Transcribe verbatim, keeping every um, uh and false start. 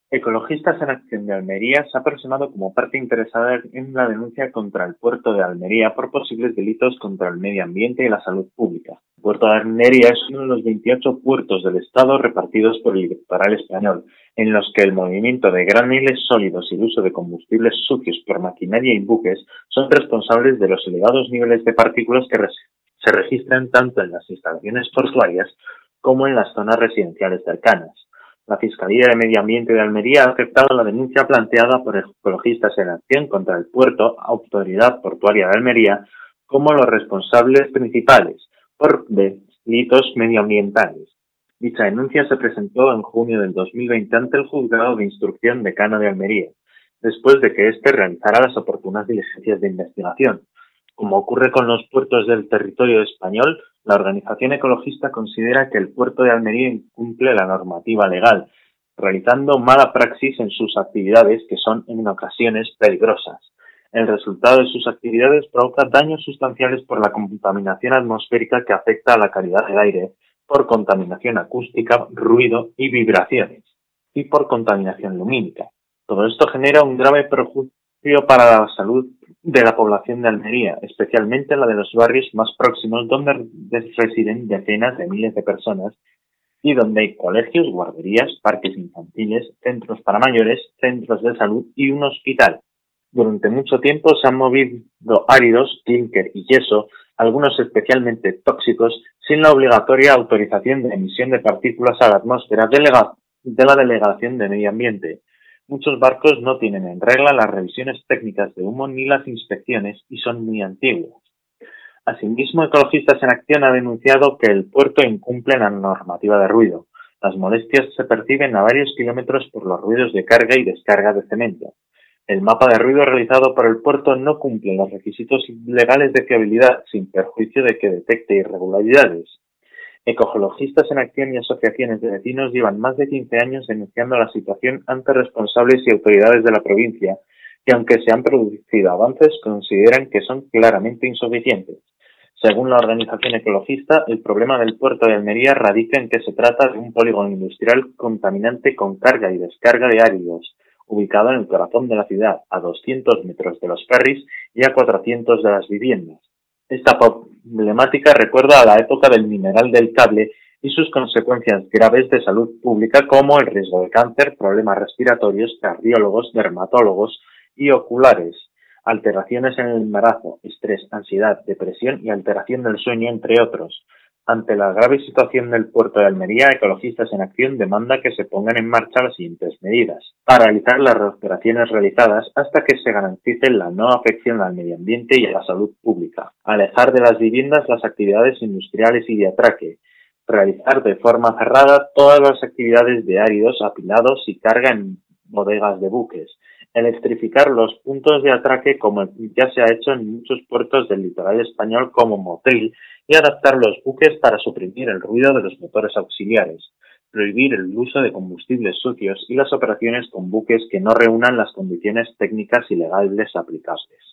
Ecologistas en Acción de Almería se ha personado como parte interesada en la denuncia contra el puerto de Almería por posibles delitos contra el medio ambiente y la salud pública. El puerto de Almería es uno de los veintiocho puertos del Estado repartidos por el litoral español, en los que el movimiento de graneles sólidos y el uso de combustibles sucios por maquinaria y buques son responsables de los elevados niveles de partículas que res- se registran tanto en las instalaciones portuarias como en las zonas residenciales cercanas. La Fiscalía de Medio Ambiente de Almería ha aceptado la denuncia planteada por Ecologistas en Acción contra el puerto, Autoridad Portuaria de Almería, como los responsables principales por delitos medioambientales. Dicha denuncia se presentó en junio del dos mil veinte ante el Juzgado de Instrucción Decano de Almería, después de que éste realizara las oportunas diligencias de investigación. Como ocurre con los puertos del territorio español, la organización ecologista considera que el puerto de Almería incumple la normativa legal, realizando mala praxis en sus actividades que son en ocasiones peligrosas. El resultado de sus actividades provoca daños sustanciales por la contaminación atmosférica que afecta a la calidad del aire, por contaminación acústica, ruido y vibraciones, y por contaminación lumínica. Todo esto genera un grave perjuicio para la salud de la población de Almería, especialmente la de los barrios más próximos donde residen decenas de miles de personas y donde hay colegios, guarderías, parques infantiles, centros para mayores, centros de salud y un hospital. Durante mucho tiempo se han movido áridos, clínker y yeso, algunos especialmente tóxicos, sin la obligatoria autorización de emisión de partículas a la atmósfera delega- de la Delegación de Medio Ambiente. Muchos barcos no tienen en regla las revisiones técnicas de humo ni las inspecciones y son muy antiguos. Asimismo, Ecologistas en Acción ha denunciado que el puerto incumple la normativa de ruido. Las molestias se perciben a varios kilómetros por los ruidos de carga y descarga de cemento. El mapa de ruido realizado por el puerto no cumple los requisitos legales de fiabilidad, sin perjuicio de que detecte irregularidades. Ecologistas en Acción y asociaciones de vecinos llevan más de quince años denunciando la situación ante responsables y autoridades de la provincia, que aunque se han producido avances, consideran que son claramente insuficientes. Según la organización ecologista, el problema del puerto de Almería radica en que se trata de un polígono industrial contaminante con carga y descarga de áridos, ubicado en el corazón de la ciudad, a doscientos metros de los ferries y a cuatrocientos de las viviendas. Esta problemática recuerda a la época del mineral del cable y sus consecuencias graves de salud pública como el riesgo de cáncer, problemas respiratorios, cardiólogos, dermatólogos y oculares, alteraciones en el embarazo, estrés, ansiedad, depresión y alteración del sueño, entre otros. Ante la grave situación del puerto de Almería, Ecologistas en Acción demanda que se pongan en marcha las siguientes medidas: paralizar las operaciones realizadas hasta que se garantice la no afección al medio ambiente y a la salud pública; alejar de las viviendas las actividades industriales y de atraque; realizar de forma cerrada todas las actividades de áridos, apilados y carga en bodegas de buques; electrificar los puntos de atraque como ya se ha hecho en muchos puertos del litoral español como Motril, y adaptar los buques para suprimir el ruido de los motores auxiliares; prohibir el uso de combustibles sucios y las operaciones con buques que no reúnan las condiciones técnicas y legales aplicables.